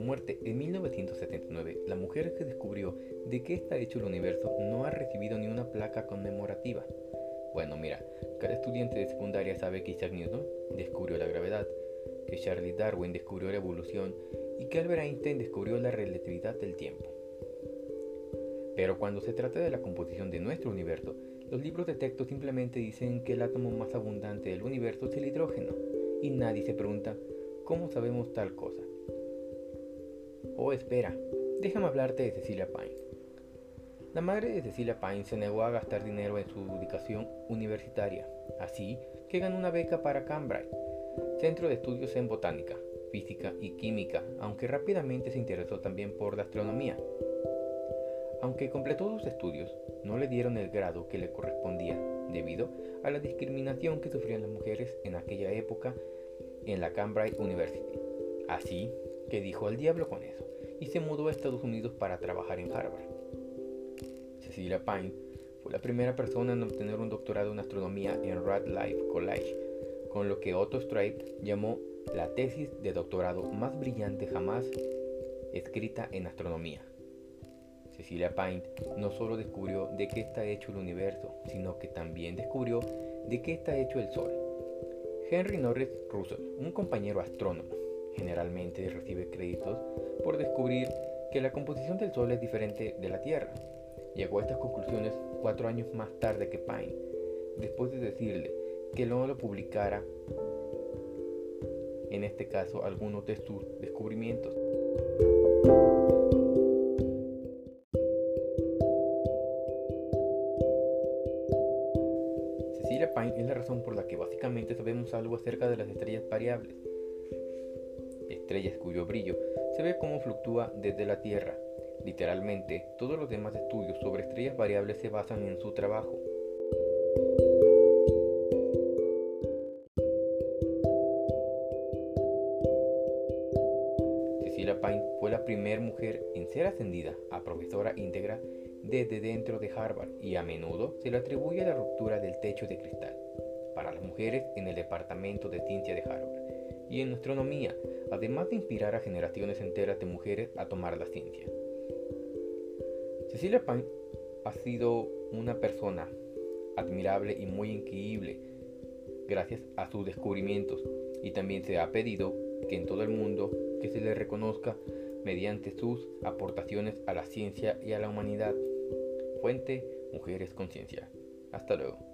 muerte en 1979, la mujer que descubrió de qué está hecho el universo no ha recibido ni una placa conmemorativa. Bueno, mira, cada estudiante de secundaria sabe que Isaac Newton descubrió la gravedad, que Charles Darwin descubrió la evolución y que Albert Einstein descubrió la relatividad del tiempo. Pero cuando se trata de la composición de nuestro universo, los libros de texto simplemente dicen que el átomo más abundante del universo es el hidrógeno, y nadie se pregunta cómo sabemos tal cosa. Oh, espera, déjame hablarte de Cecilia Payne. La madre de Cecilia Payne se negó a gastar dinero en su educación universitaria, así que ganó una beca para Cambridge, centro de estudios en botánica, física y química, aunque rápidamente se interesó también por la astronomía. Aunque completó sus estudios, no le dieron el grado que le correspondía debido a la discriminación que sufrían las mujeres en aquella época en la Cambridge University. Así que dijo al diablo con eso y se mudó a Estados Unidos para trabajar en Harvard. Cecilia Payne fue la primera persona en obtener un doctorado en astronomía en Radcliffe College, con lo que Otto Streib llamó la tesis de doctorado más brillante jamás escrita en astronomía. Cecilia Payne no solo descubrió de qué está hecho el universo, sino que también descubrió de qué está hecho el Sol. Henry Norris Russell, un compañero astrónomo, generalmente recibe créditos por descubrir que la composición del Sol es diferente de la Tierra. Llegó a estas conclusiones 4 años más tarde que Payne, después de decirle que no lo publicara, en este caso, algunos de sus descubrimientos. Cecilia Payne es la razón por la que básicamente sabemos algo acerca de las estrellas variables, estrellas cuyo brillo se ve cómo fluctúa desde la Tierra. Literalmente, todos los demás estudios sobre estrellas variables se basan en su trabajo. Cecilia Payne fue la primera mujer en ser ascendida a profesora íntegra desde dentro de Harvard y a menudo se le atribuye la ruptura del techo de cristal para las mujeres en el departamento de ciencia de Harvard y en astronomía, además de inspirar a generaciones enteras de mujeres a tomar la ciencia. Cecilia Payne ha sido una persona admirable y muy increíble gracias a sus descubrimientos, y también se ha pedido que en todo el mundo que se le reconozca mediante sus aportaciones a la ciencia y a la humanidad. Fuente: Mujeres con Ciencia. Hasta luego.